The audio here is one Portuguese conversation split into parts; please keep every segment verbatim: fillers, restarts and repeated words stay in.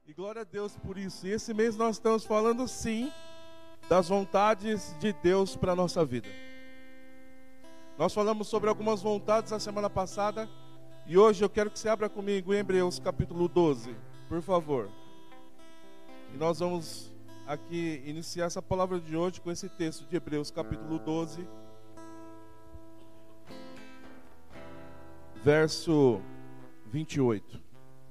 E glória a Deus por isso. E esse mês nós estamos falando sim das vontades de Deus para a nossa vida. Nós falamos sobre algumas vontades na semana passada. E hoje eu quero que você abra comigo em Hebreus capítulo doze, por favor. E nós vamos aqui iniciar essa palavra de hoje com esse texto de Hebreus capítulo doze, verso vinte e oito.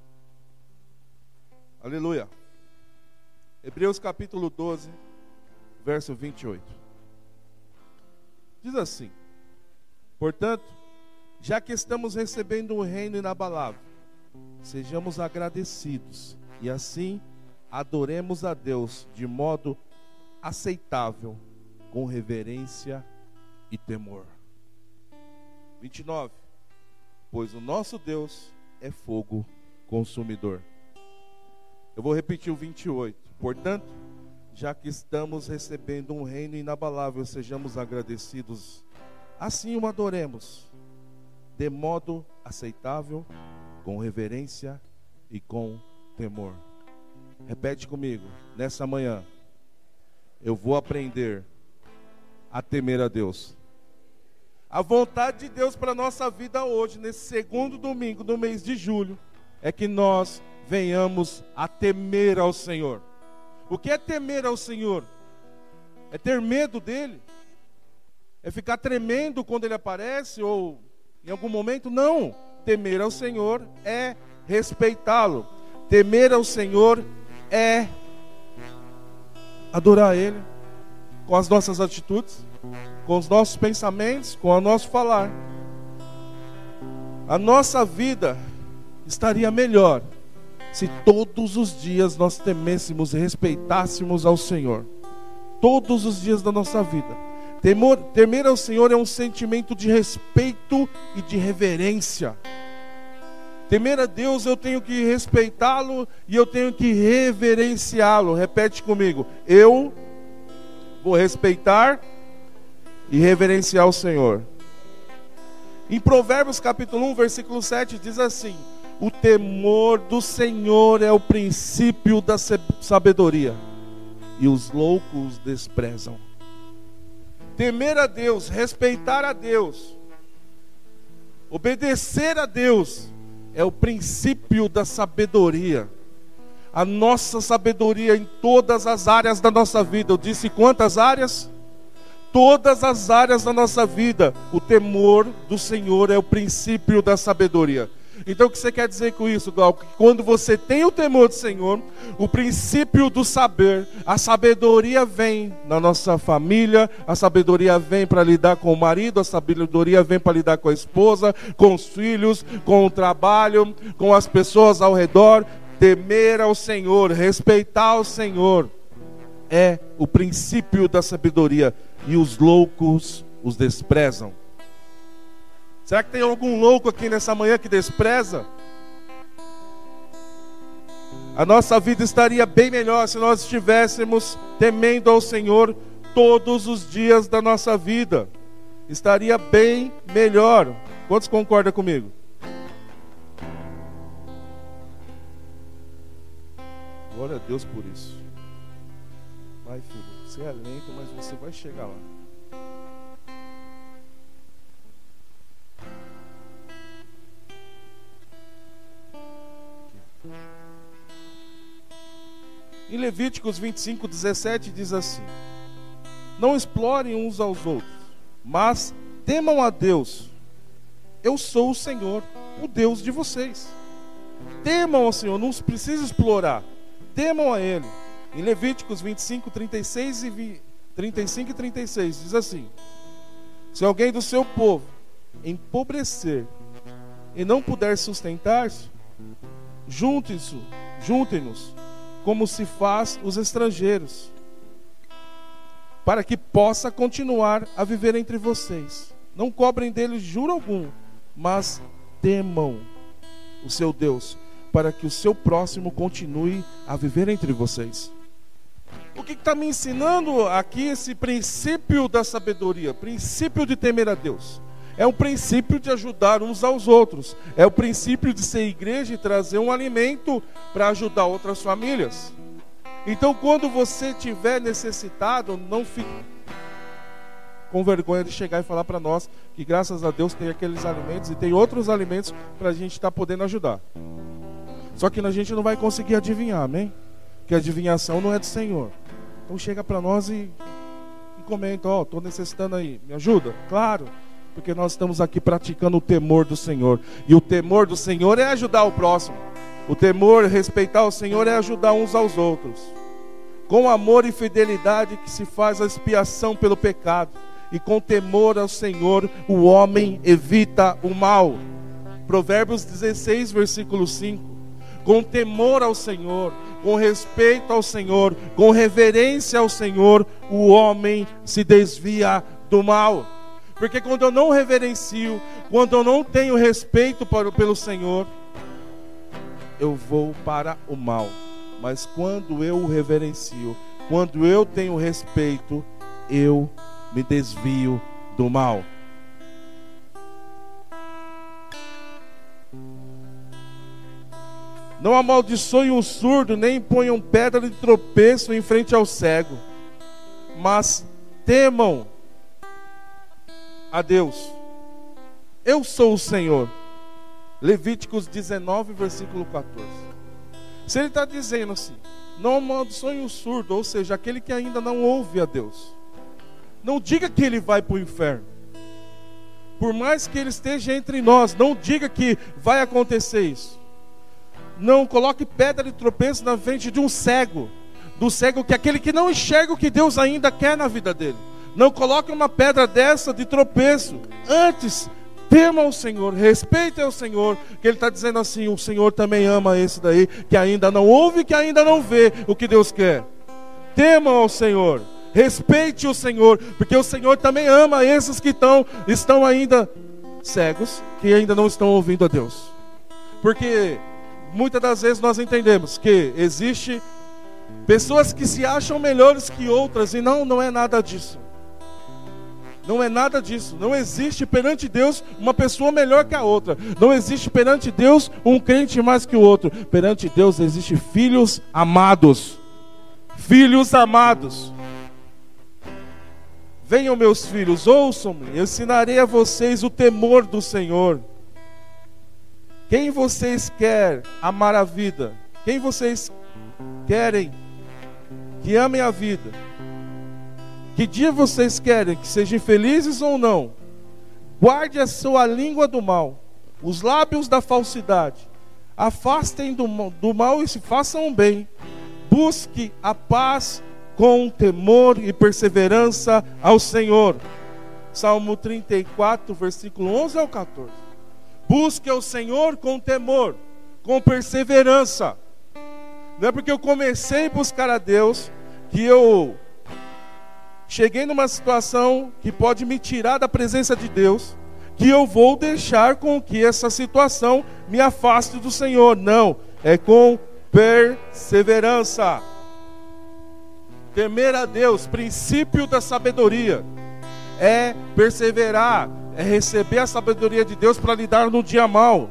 Aleluia. Hebreus capítulo doze, verso vinte e oito. Diz assim: portanto, já que estamos recebendo um reino inabalável, sejamos agradecidos e assim adoremos a Deus de modo aceitável, com reverência e temor. vinte e nove. Pois o nosso Deus é fogo consumidor. Eu vou repetir o vinte e oito. Portanto, já que estamos recebendo um reino inabalável, sejamos agradecidos, assim o adoremos, de modo aceitável, com reverência e com temor. Repete comigo, nessa manhã, eu vou aprender a temer a Deus. A vontade de Deus para a nossa vida hoje, nesse segundo domingo do mês de julho, é que nós venhamos a temer ao Senhor. O que é temer ao Senhor? É ter medo dele? É ficar tremendo quando ele aparece ou em algum momento? Não. Temer ao Senhor é respeitá-lo. Temer ao Senhor é adorar ele com as nossas atitudes, com os nossos pensamentos, com o nosso falar. A nossa vida estaria melhor se todos os dias nós temêssemos e respeitássemos ao Senhor. Todos os dias da nossa vida. Temor, temer ao Senhor é um sentimento de respeito e de reverência. Temer a Deus, eu tenho que respeitá-lo e eu tenho que reverenciá-lo. Repete comigo. Eu vou respeitar e reverenciar o Senhor. Em Provérbios capítulo um, versículo sete, diz assim: o temor do Senhor é o princípio da sabedoria, e os loucos desprezam. Temer a Deus, respeitar a Deus, obedecer a Deus, é o princípio da sabedoria. A nossa sabedoria em todas as áreas da nossa vida. Eu disse quantas áreas? Todas as áreas da nossa vida. O temor do Senhor é o princípio da sabedoria. Então o que você quer dizer com isso, Glauco? Que quando você tem o temor do Senhor, o princípio do saber, a sabedoria vem na nossa família, a sabedoria vem para lidar com o marido, a sabedoria vem para lidar com a esposa, com os filhos, com o trabalho, com as pessoas ao redor. Temer ao Senhor, respeitar o Senhor é o princípio da sabedoria, e os loucos os desprezam. Será que tem algum louco aqui nessa manhã que despreza? A nossa vida estaria bem melhor se nós estivéssemos temendo ao Senhor todos os dias da nossa vida. Estaria bem melhor. Quantos concordam comigo? Glória a Deus por isso. Vai, filho, você é lento, mas você vai chegar lá. Em Levíticos vinte e cinco, dezessete diz assim: não explorem uns aos outros, mas temam a Deus. Eu sou o Senhor, o Deus de vocês. Temam ao Senhor, não precisa explorar. Temam a Ele. Em Levíticos vinte e cinco, trinta e seis e trinta e cinco e trinta e seis diz assim: se alguém do seu povo empobrecer e não puder sustentar-se, juntem-se, juntem-nos, como se faz os estrangeiros, para que possa continuar a viver entre vocês. Não cobrem deles juro algum, mas temam o seu Deus, para que o seu próximo continue a viver entre vocês. O que está me ensinando aqui esse princípio da sabedoria, princípio de temer a Deus? É o princípio de ajudar uns aos outros. É o princípio de ser igreja e trazer um alimento para ajudar outras famílias. Então, quando você estiver necessitado, não fique com vergonha de chegar e falar para nós que graças a Deus tem aqueles alimentos e tem outros alimentos para a gente estar podendo ajudar. Só que a gente não vai conseguir adivinhar, amém? Porque a adivinhação não é do Senhor. Então chega para nós e, e comenta, ó, oh, estou necessitando aí, me ajuda? Claro, porque nós estamos aqui praticando o temor do Senhor. E o temor do Senhor é ajudar o próximo. O temor, respeitar o Senhor é ajudar uns aos outros. Com amor e fidelidade que se faz a expiação pelo pecado. E com temor ao Senhor, o homem evita o mal. Provérbios dezesseis, versículo cinco. Com temor ao Senhor, com respeito ao Senhor, com reverência ao Senhor, o homem se desvia do mal. Porque quando eu não reverencio, quando eu não tenho respeito para, pelo Senhor, eu vou para o mal. Mas quando eu o reverencio, quando eu tenho respeito, eu me desvio do mal. Não amaldiçoe um surdo, nem ponham pedra de tropeço em frente ao cego, mas temam a Deus. Eu sou o Senhor. Levíticos dezenove, versículo quatorze. Se ele está dizendo assim, não amaldiçoe o surdo, ou seja, aquele que ainda não ouve a Deus, não diga que ele vai para o inferno. Por mais que ele esteja entre nós, não diga que vai acontecer isso. Não coloque pedra de tropeço na frente de um cego. Do cego que é aquele que não enxerga o que Deus ainda quer na vida dele. Não coloque uma pedra dessa de tropeço. Antes, tema o Senhor, respeite o Senhor. Que ele está dizendo assim, o Senhor também ama esse daí, que ainda não ouve, que ainda não vê o que Deus quer. Tema ao Senhor. Respeite o Senhor, porque o Senhor também ama esses que estão, estão ainda cegos, que ainda não estão ouvindo a Deus. Porque muitas das vezes nós entendemos que existe pessoas que se acham melhores que outras, e não, não é nada disso. Não é nada disso. Não existe perante Deus uma pessoa melhor que a outra. Não existe perante Deus um crente mais que o outro. Perante Deus existe filhos amados. Filhos amados. Venham, meus filhos, ouçam-me, eu ensinarei a vocês o temor do Senhor. Quem vocês querem amar a vida? Quem vocês querem que amem a vida? Que dia vocês querem que sejam felizes ou não? Guarde a sua língua do mal, os lábios da falsidade. Afastem do, do mal e se façam bem. Busque a paz com temor e perseverança ao Senhor. Salmo trinta e quatro, versículo onze ao quatorze. Busque ao Senhor com temor, com perseverança. Não é porque eu comecei a buscar a Deus que eu cheguei numa situação que pode me tirar da presença de Deus, que eu vou deixar com que essa situação me afaste do Senhor. Não, é com perseverança. Temer a Deus, princípio da sabedoria, é perseverar, é receber a sabedoria de Deus para lidar no dia mau.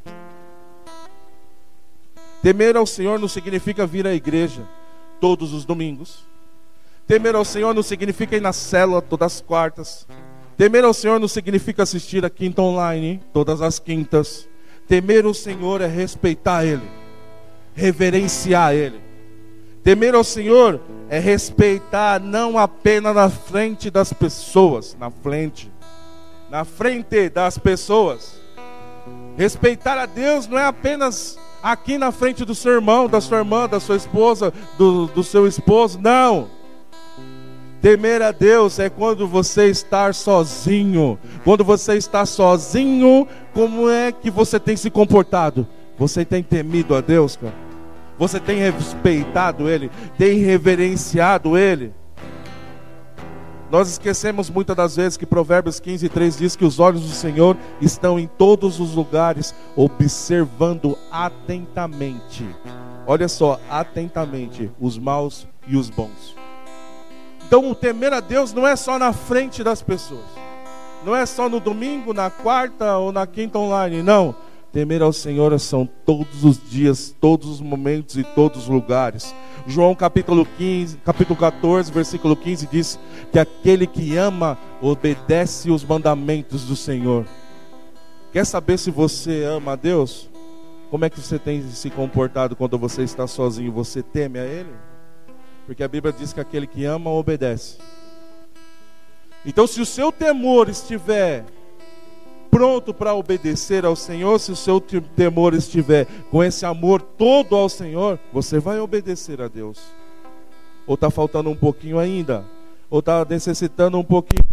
Temer ao Senhor não significa vir à igreja todos os domingos. Temer ao Senhor não significa ir na célula todas as quartas. Temer ao Senhor não significa assistir a quinta online todas as quintas. Temer o Senhor é respeitar Ele, reverenciar Ele. Temer ao Senhor é respeitar não apenas na frente das pessoas, na frente, na frente das pessoas. Respeitar a Deus não é apenas aqui na frente do seu irmão, da sua irmã, da sua esposa, do, do seu esposo, não. Temer a Deus é quando você está sozinho. Quando você está sozinho, como é que você tem se comportado? Você tem temido a Deus, cara? Você tem respeitado Ele? Tem reverenciado Ele? Nós esquecemos muitas das vezes que Provérbios quinze, três diz que os olhos do Senhor estão em todos os lugares, observando atentamente. Olha só, atentamente, os maus e os bons. Então o temer a Deus não é só na frente das pessoas. Não é só no domingo, na quarta ou na quinta online, não. Temer ao Senhor são todos os dias, todos os momentos e todos os lugares. João capítulo quinze, capítulo quatorze, versículo quinze diz que aquele que ama obedece os mandamentos do Senhor. Quer saber se você ama a Deus? Como é que você tem se comportado quando você está sozinho? Você teme a Ele? Porque a Bíblia diz que aquele que ama obedece. Então, se o seu temor estiver pronto para obedecer ao Senhor, se o seu temor estiver com esse amor todo ao Senhor, você vai obedecer a Deus. Ou está faltando um pouquinho ainda? Ou está necessitando um pouquinho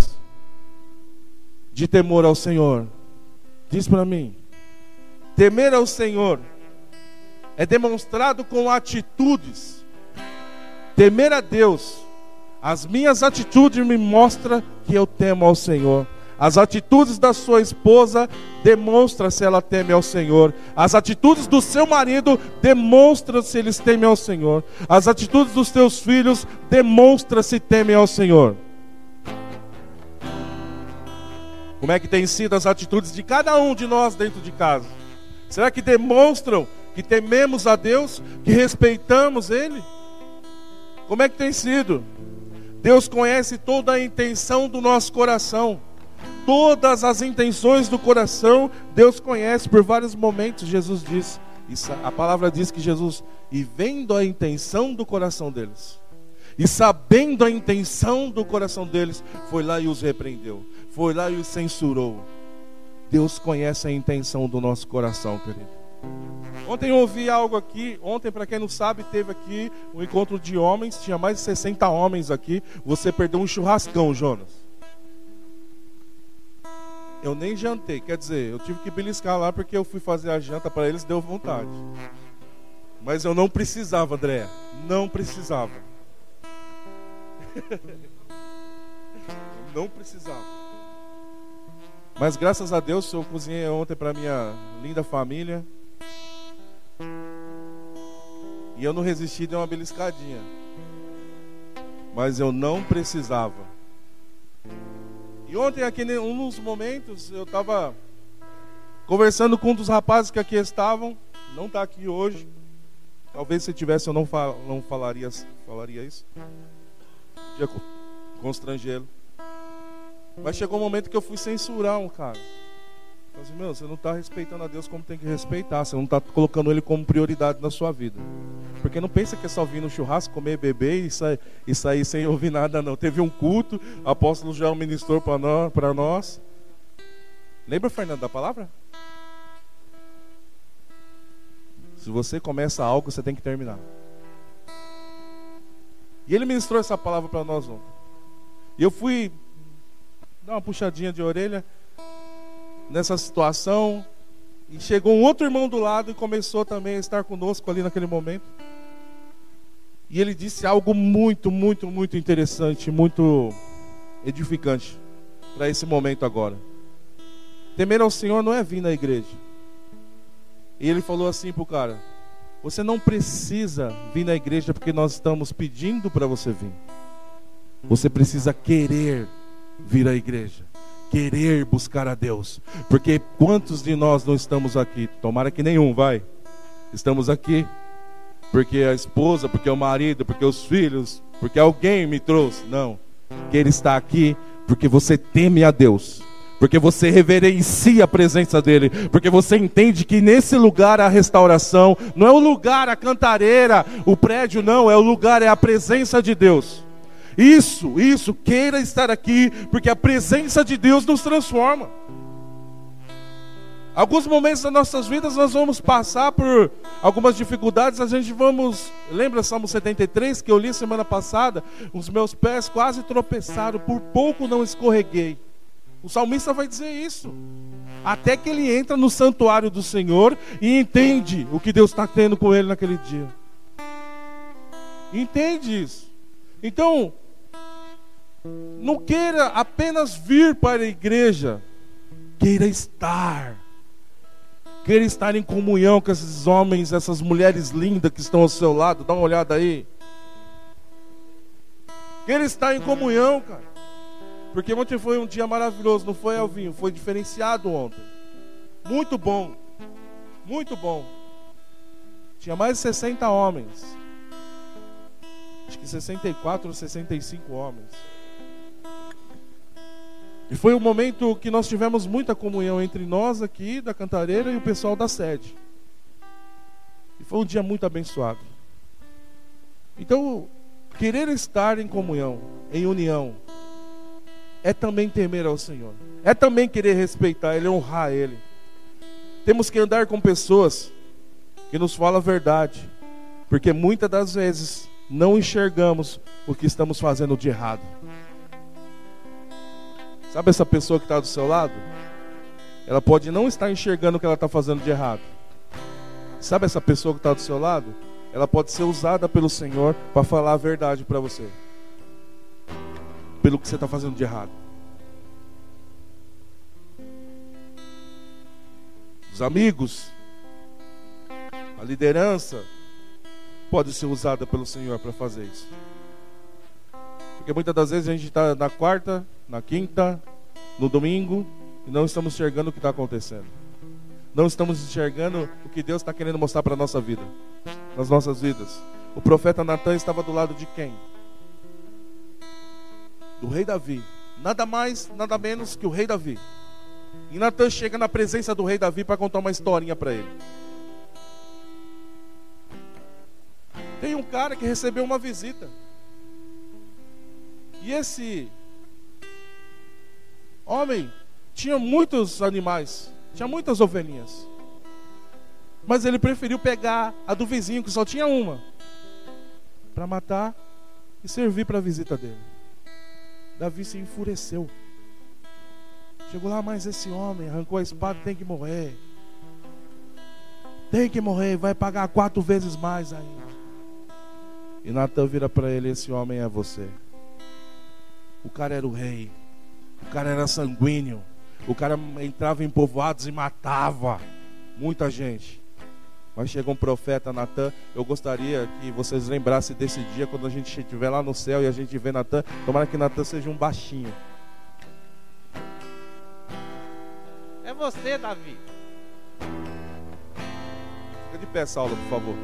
de temor ao Senhor? Diz para mim. Temer ao Senhor é demonstrado com atitudes. Temer a Deus, as minhas atitudes me mostram que eu temo ao Senhor. As atitudes da sua esposa demonstram se ela teme ao Senhor. As atitudes do seu marido demonstram se eles temem ao Senhor. As atitudes dos teus filhos demonstram se temem ao Senhor. Como é que tem sido as atitudes de cada um de nós dentro de casa? Será que demonstram que tememos a Deus, que respeitamos Ele? Como é que tem sido? Deus conhece toda a intenção do nosso coração. Todas as intenções do coração, Deus conhece. Por vários momentos Jesus diz, isso, a palavra diz que Jesus, e vendo a intenção do coração deles, e sabendo a intenção do coração deles, foi lá e os repreendeu, foi lá e os censurou. Deus conhece a intenção do nosso coração, querido. Ontem eu ouvi algo aqui. Ontem, para quem não sabe, teve aqui um encontro de homens. Tinha mais de sessenta homens aqui. Você perdeu um churrascão, Jonas. Eu nem jantei, quer dizer, eu tive que beliscar lá porque eu fui fazer a janta para eles, deu vontade. Mas eu não precisava, André. Não precisava. Não precisava. Mas graças a Deus eu cozinhei ontem para minha linda família. E eu não resisti, dei uma beliscadinha. Mas eu não precisava. E ontem aqui, um dos momentos, eu estava conversando com um dos rapazes que aqui estavam. Não está aqui hoje. Talvez se tivesse eu não, fal, não falaria, falaria isso. Ia constrangê-lo. Mas chegou um momento que eu fui censurar um cara. Eu falei assim, meu, você não está respeitando a Deus como tem que respeitar. Você não está colocando Ele como prioridade na sua vida. Porque não pensa que é só vir no churrasco, comer, beber e sair, e sair sem ouvir nada, não. Teve um culto, o apóstolo já ministrou para nós, para nós. Lembra, Fernando, da palavra? Se você começa algo, você tem que terminar. E ele ministrou essa palavra para nós ontem. E eu fui dar uma puxadinha de orelha nessa situação. E chegou um outro irmão do lado e começou também a estar conosco ali naquele momento. E ele disse algo muito, muito, muito interessante, muito edificante para esse momento agora. Temer ao Senhor não é vir na igreja. E ele falou assim pro cara: você não precisa vir na igreja porque nós estamos pedindo para você vir. Você precisa querer vir à igreja, querer buscar a Deus. Porque quantos de nós não estamos aqui? Tomara que nenhum, vai. Estamos aqui porque a esposa, porque o marido, porque os filhos, porque alguém me trouxe. Não. Que ele está aqui porque você teme a Deus, porque você reverencia a presença dele, porque você entende que nesse lugar a restauração não é o lugar, a cantareira, o prédio, não, é o lugar, é a presença de Deus. Isso, isso, queira estar aqui, porque a presença de Deus nos transforma. Alguns momentos das nossas vidas nós vamos passar por algumas dificuldades, a gente vamos, lembra Salmo setenta e três que eu li semana passada? Os meus pés quase tropeçaram, por pouco não escorreguei. O salmista vai dizer isso, até que ele entra no santuário do Senhor e entende o que Deus está tendo com ele naquele dia. Entende isso? Então, não queira apenas vir para a igreja, queira estar. Queira estar em comunhão com esses homens, essas mulheres lindas que estão ao seu lado. Dá uma olhada aí. Queira estar em comunhão, cara. Porque ontem foi um dia maravilhoso, não foi, Elvinho? Foi diferenciado ontem. Muito bom. Muito bom. Tinha mais de sessenta homens. Acho que sessenta e quatro ou sessenta e cinco homens. E foi um momento que nós tivemos muita comunhão entre nós aqui da Cantareira e o pessoal da sede. E foi um dia muito abençoado. Então, querer estar em comunhão, em união, é também temer ao Senhor. É também querer respeitar Ele, honrar Ele. Temos que andar com pessoas que nos falam a verdade. Porque muitas das vezes não enxergamos o que estamos fazendo de errado. Sabe essa pessoa que está do seu lado? Ela pode não estar enxergando o que ela está fazendo de errado. Sabe essa pessoa que está do seu lado? Ela pode ser usada pelo Senhor para falar a verdade para você. Pelo que você está fazendo de errado. Os amigos, a liderança, pode ser usada pelo Senhor para fazer isso. Porque muitas das vezes a gente está na quarta, na quinta, no domingo, e não estamos enxergando o que está acontecendo. Não estamos enxergando o que Deus está querendo mostrar para a nossa vida, nas nossas vidas. O profeta Natan estava do lado de quem? Do rei Davi. Nada mais, nada menos que o rei Davi. E Natan chega na presença do rei Davi para contar uma historinha para ele. Tem um cara que recebeu uma visita. E esse homem tinha muitos animais, tinha muitas ovelhinhas. Mas ele preferiu pegar a do vizinho, que só tinha uma, para matar e servir para a visita dele. Davi se enfureceu. Chegou lá, mas esse homem arrancou a espada, tem que morrer. Tem que morrer, vai pagar quatro vezes mais ainda. E Natan vira para ele: esse homem é você. O cara era o rei. O cara era sanguíneo. O cara entrava em povoados e matava muita gente. Mas chega um profeta, Natan. Eu gostaria que vocês lembrassem desse dia, quando a gente estiver lá no céu e a gente vê Natan. Tomara que Natan seja um baixinho. É você, Davi. Fica de pé, Saulo, por favor.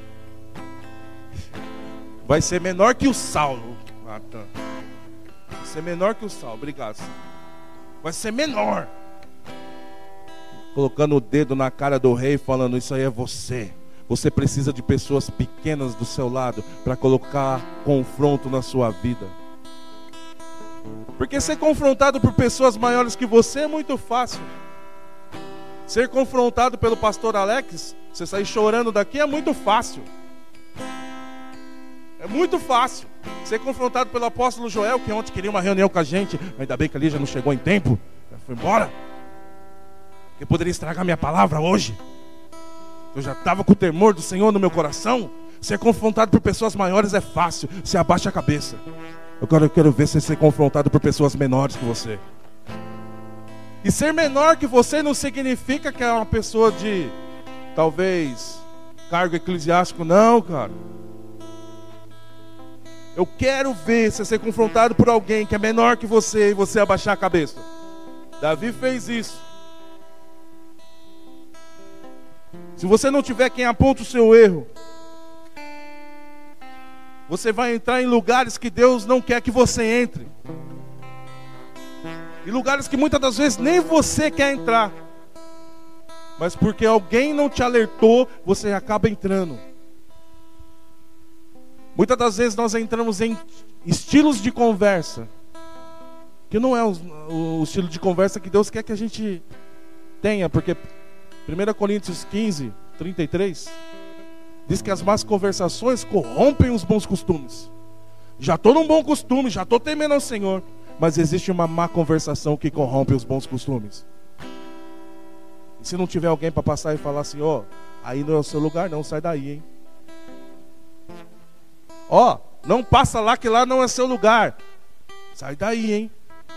Vai ser menor que o Saulo, Natan. Vai ser menor que o Saulo, obrigado. Vai ser menor. Colocando o dedo na cara do rei, falando: isso aí é você. Você precisa de pessoas pequenas do seu lado para colocar confronto na sua vida. Porque ser confrontado por pessoas maiores que você é muito fácil. Ser confrontado pelo pastor Alex, você sair chorando daqui, é muito fácil. É muito fácil. Ser confrontado pelo apóstolo Joel, que ontem queria uma reunião com a gente, ainda bem que ali já não chegou em tempo, já foi embora. Porque poderia estragar minha palavra hoje. Eu já estava com o temor do Senhor no meu coração. Ser confrontado por pessoas maiores é fácil. Você abaixa a cabeça. Agora eu quero ver você ser confrontado por pessoas menores que você. E ser menor que você não significa que é uma pessoa de, talvez, cargo eclesiástico. Não, cara. Eu quero ver você ser confrontado por alguém que é menor que você e você abaixar a cabeça. Davi fez isso. Se você não tiver quem aponta o seu erro, você vai entrar em lugares que Deus não quer que você entre. Em lugares que muitas das vezes nem você quer entrar. Mas porque alguém não te alertou, você acaba entrando. Muitas das vezes nós entramos em estilos de conversa que não é o, o estilo de conversa que Deus quer que a gente tenha. Porque primeira Coríntios quinze, trinta e três diz que as más conversações corrompem os bons costumes. Já estou num bom costume, já estou temendo ao Senhor, mas existe uma má conversação que corrompe os bons costumes. E se não tiver alguém para passar e falar assim: ó, oh, aí não é o seu lugar não, sai daí, hein. Ó, oh, não passa lá que lá não é seu lugar. Sai daí, hein.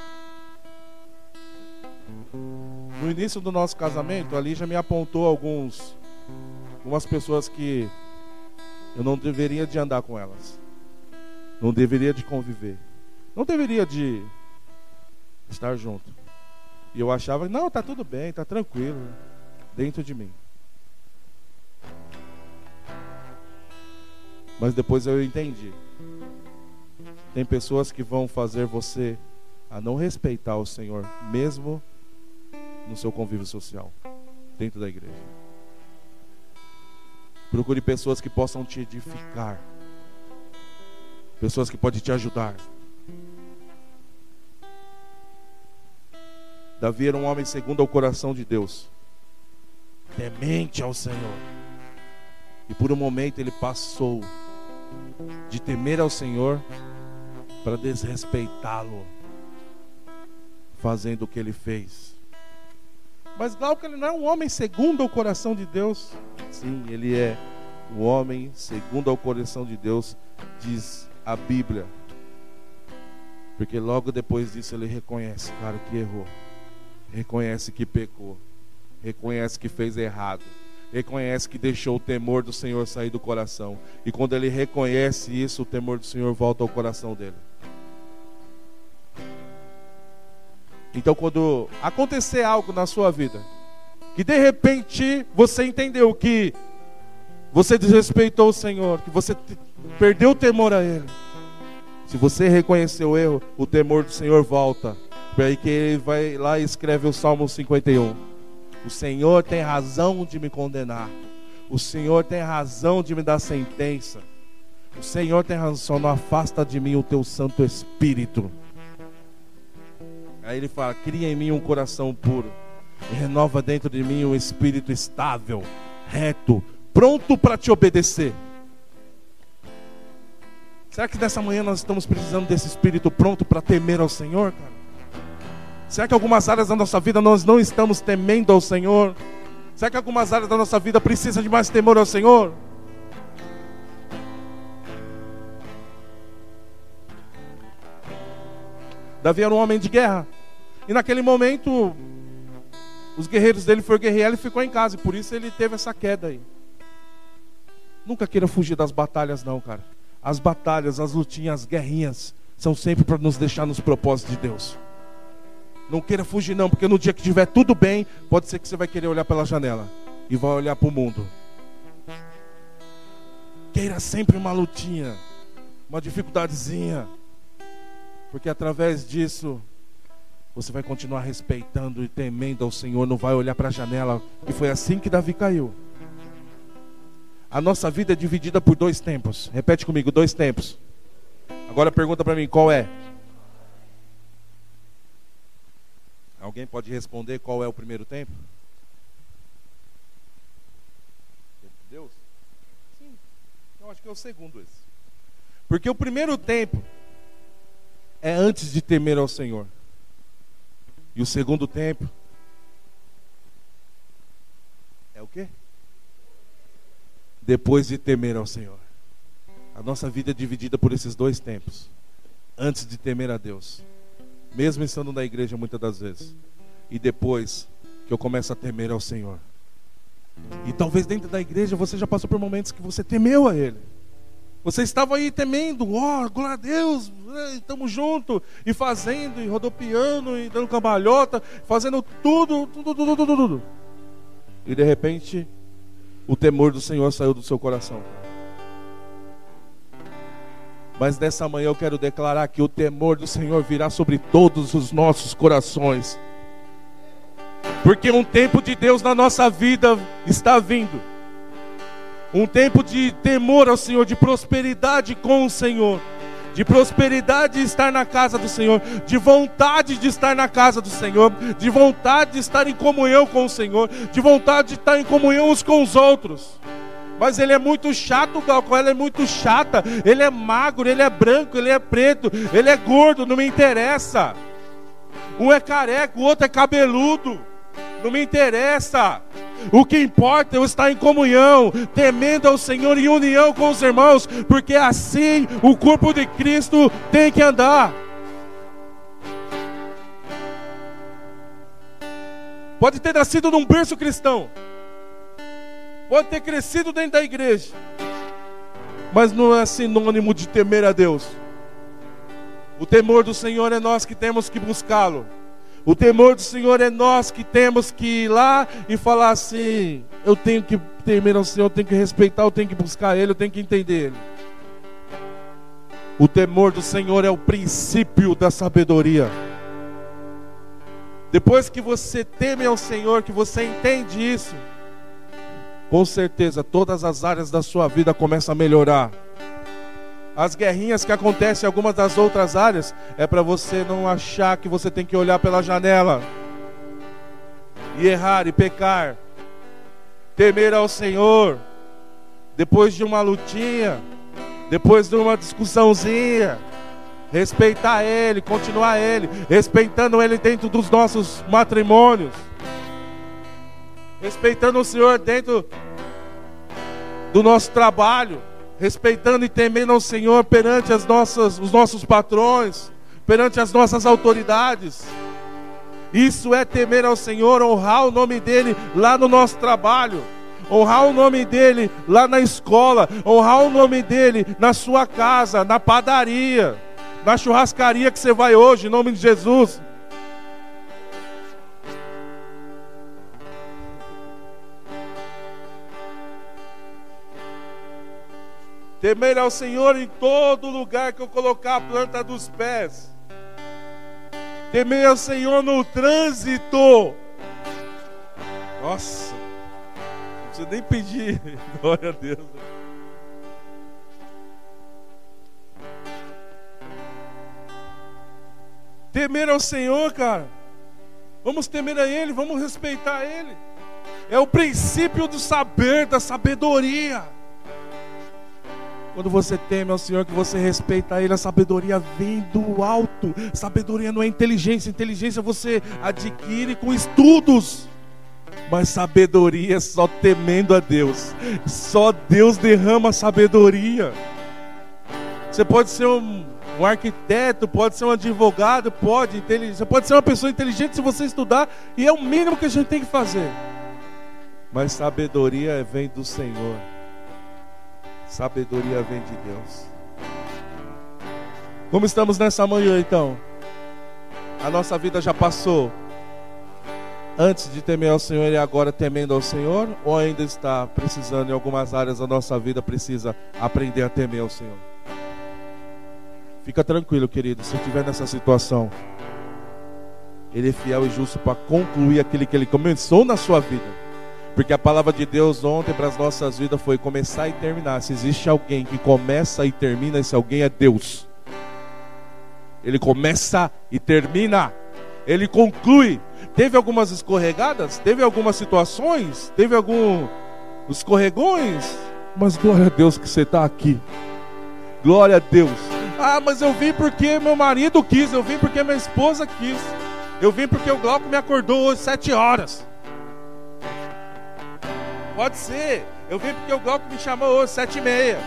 No início do nosso casamento, ali já me apontou alguns, algumas pessoas que eu não deveria de andar com elas. Não deveria de conviver. Não deveria de estar junto. E eu achava, não, tá tudo bem, tá tranquilo, dentro de mim. Mas depois eu entendi. Tem pessoas que vão fazer você a não respeitar o Senhor, mesmo no seu convívio social, dentro da igreja. Procure pessoas que possam te edificar, pessoas que podem te ajudar. Davi era um homem segundo ao coração de Deus, temente ao Senhor. E por um momento ele passou de temer ao Senhor para desrespeitá-lo, fazendo o que ele fez. Mas Glauco, ele não é um homem segundo ao coração de Deus. Sim, ele é um homem segundo ao coração de Deus, diz a Bíblia. Porque logo depois disso ele reconhece, cara, que errou. Reconhece que pecou. Reconhece que fez errado. Reconhece que deixou o temor do Senhor sair do coração. E quando ele reconhece isso, o temor do Senhor volta ao coração dele. Então, quando acontecer algo na sua vida, que de repente você entendeu que você desrespeitou o Senhor, que você perdeu o temor a Ele, se você reconhecer o erro, o temor do Senhor volta. Por aí que ele vai lá e escreve o Salmo cinquenta e um. O Senhor tem razão de me condenar. O Senhor tem razão de me dar sentença. O Senhor tem razão, só não afasta de mim o teu Santo Espírito. Aí ele fala, cria em mim um coração puro e renova dentro de mim um espírito estável, reto, pronto para te obedecer. Será que nessa manhã nós estamos precisando desse espírito pronto para temer ao Senhor, cara? Será que algumas áreas da nossa vida nós não estamos temendo ao Senhor? Será que algumas áreas da nossa vida precisam de mais temor ao Senhor? Davi era um homem de guerra. E naquele momento, os guerreiros dele foram guerrear, ele ficou em casa. E por isso ele teve essa queda aí. Nunca queira fugir das batalhas não, cara. As batalhas, as lutinhas, as guerrinhas são sempre para nos deixar nos propósitos de Deus. Não queira fugir não, porque no dia que estiver tudo bem, pode ser que você vai querer olhar pela janela e vai olhar para o mundo. Queira sempre uma lutinha, uma dificuldadezinha, porque através disso você vai continuar respeitando e temendo ao Senhor, não vai olhar para a janela. E foi assim que Davi caiu. A nossa vida é dividida por dois tempos. Repete comigo, dois tempos. Agora pergunta para mim, qual é? Alguém pode responder qual é o primeiro tempo? Deus? Sim. Eu acho que é o segundo esse. Porque o primeiro tempo é antes de temer ao Senhor. E o segundo tempo é o quê? Depois de temer ao Senhor. A nossa vida é dividida por esses dois tempos. Antes de temer a Deus, mesmo estando na igreja muitas das vezes, e depois que eu começo a temer ao Senhor. E talvez dentro da igreja você já passou por momentos que você temeu a Ele. Você estava aí temendo, ó, oh, glória a Deus, estamos juntos, e fazendo, e rodopiando, e dando cambalhota, fazendo tudo, tudo, tudo, tudo, tudo. E de repente, o temor do Senhor saiu do seu coração. Mas nessa manhã eu quero declarar que o temor do Senhor virá sobre todos os nossos corações. Porque um tempo de Deus na nossa vida está vindo. Um tempo de temor ao Senhor, de prosperidade com o Senhor. De prosperidade de estar na casa do Senhor. De vontade de estar na casa do Senhor. De vontade de estar em comunhão com o Senhor. De vontade de estar em comunhão uns com os outros. Mas ele é muito chato, Galco, ela é muito chata. Ele é magro, ele é branco, ele é preto, ele é gordo, não me interessa. Um é careca, o outro é cabeludo. Não me interessa. O que importa é eu estar em comunhão, temendo ao Senhor, em união com os irmãos, porque assim o corpo de Cristo tem que andar. Pode ter nascido num berço cristão, pode ter crescido dentro da igreja, mas não é sinônimo de temer a Deus. O temor do Senhor é nós que temos que buscá-lo. O temor do Senhor é nós que temos que ir lá e falar assim: eu tenho que temer ao Senhor, eu tenho que respeitar, eu tenho que buscar Ele, eu tenho que entender Ele. O temor do Senhor é o princípio da sabedoria. Depois que você teme ao Senhor, que você entende isso, com certeza todas as áreas da sua vida começam a melhorar. As guerrinhas que acontecem em algumas das outras áreas é para você não achar que você tem que olhar pela janela e errar e pecar. Temer ao Senhor, depois de uma lutinha, depois de uma discussãozinha, respeitar Ele, continuar Ele, respeitando Ele dentro dos nossos matrimônios, respeitando o Senhor dentro do nosso trabalho, respeitando e temendo ao Senhor perante as nossas, os nossos patrões, perante as nossas autoridades. Isso é temer ao Senhor, honrar o nome dEle lá no nosso trabalho, honrar o nome dEle lá na escola, honrar o nome dEle na sua casa, na padaria, na churrascaria que você vai hoje, em nome de Jesus. Temer ao Senhor em todo lugar que eu colocar a planta dos pés. Temer ao Senhor no trânsito. Nossa, não precisa nem pedir. Glória a Deus. Temer ao Senhor, cara. Vamos temer a Ele, vamos respeitar Ele. É o princípio do saber, da sabedoria. Quando você teme ao Senhor, que você respeita Ele, a sabedoria vem do alto. Sabedoria não é inteligência. Inteligência você adquire com estudos. Mas sabedoria é só temendo a Deus. Só Deus derrama sabedoria. Você pode ser um, um arquiteto, pode ser um advogado, pode. Você pode ser uma pessoa inteligente se você estudar. E é o mínimo que a gente tem que fazer. Mas sabedoria vem do Senhor. Sabedoria vem de Deus. Como estamos nessa manhã então? A nossa vida já passou antes de temer ao Senhor e agora temendo ao Senhor? Ou ainda está precisando, em algumas áreas da nossa vida, precisa aprender a temer ao Senhor? Fica tranquilo, querido, se estiver nessa situação, Ele é fiel e justo para concluir aquilo que Ele começou na sua vida. Porque a palavra de Deus ontem para as nossas vidas foi começar e terminar. Se existe alguém que começa e termina, esse alguém é Deus. Ele começa e termina. Ele conclui. Teve algumas escorregadas? Teve algumas situações? Teve alguns escorregões? Mas glória a Deus que você está aqui. Glória a Deus. Ah, mas eu vim porque meu marido quis. Eu vim porque minha esposa quis. Eu vim porque o Glauco me acordou hoje sete horas. Pode ser. Eu vim porque o Glauco me chamou hoje, sete e meia.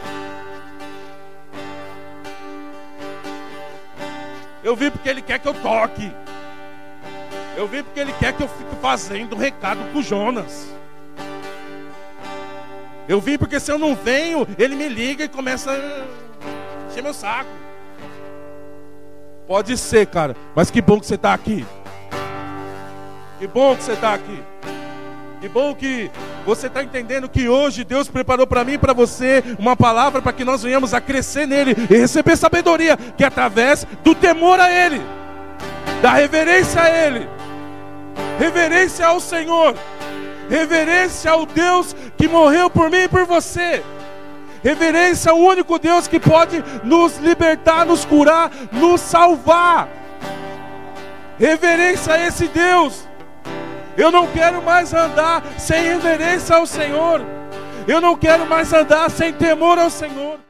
Eu vim porque ele quer que eu toque. Eu vim porque ele quer que eu fique fazendo recado pro Jonas. Eu vim porque se eu não venho, ele me liga e começa a encher meu saco. Pode ser, cara. Mas que bom que você está aqui. Que bom que você está aqui. Que bom que você está entendendo que hoje Deus preparou para mim e para você uma palavra para que nós venhamos a crescer nele e receber sabedoria, que é através do temor a Ele, da reverência a Ele, reverência ao Senhor, reverência ao Deus que morreu por mim e por você, reverência ao único Deus que pode nos libertar, nos curar, nos salvar, reverência a esse Deus. Eu não quero mais andar sem reverência ao Senhor. Eu não quero mais andar sem temor ao Senhor.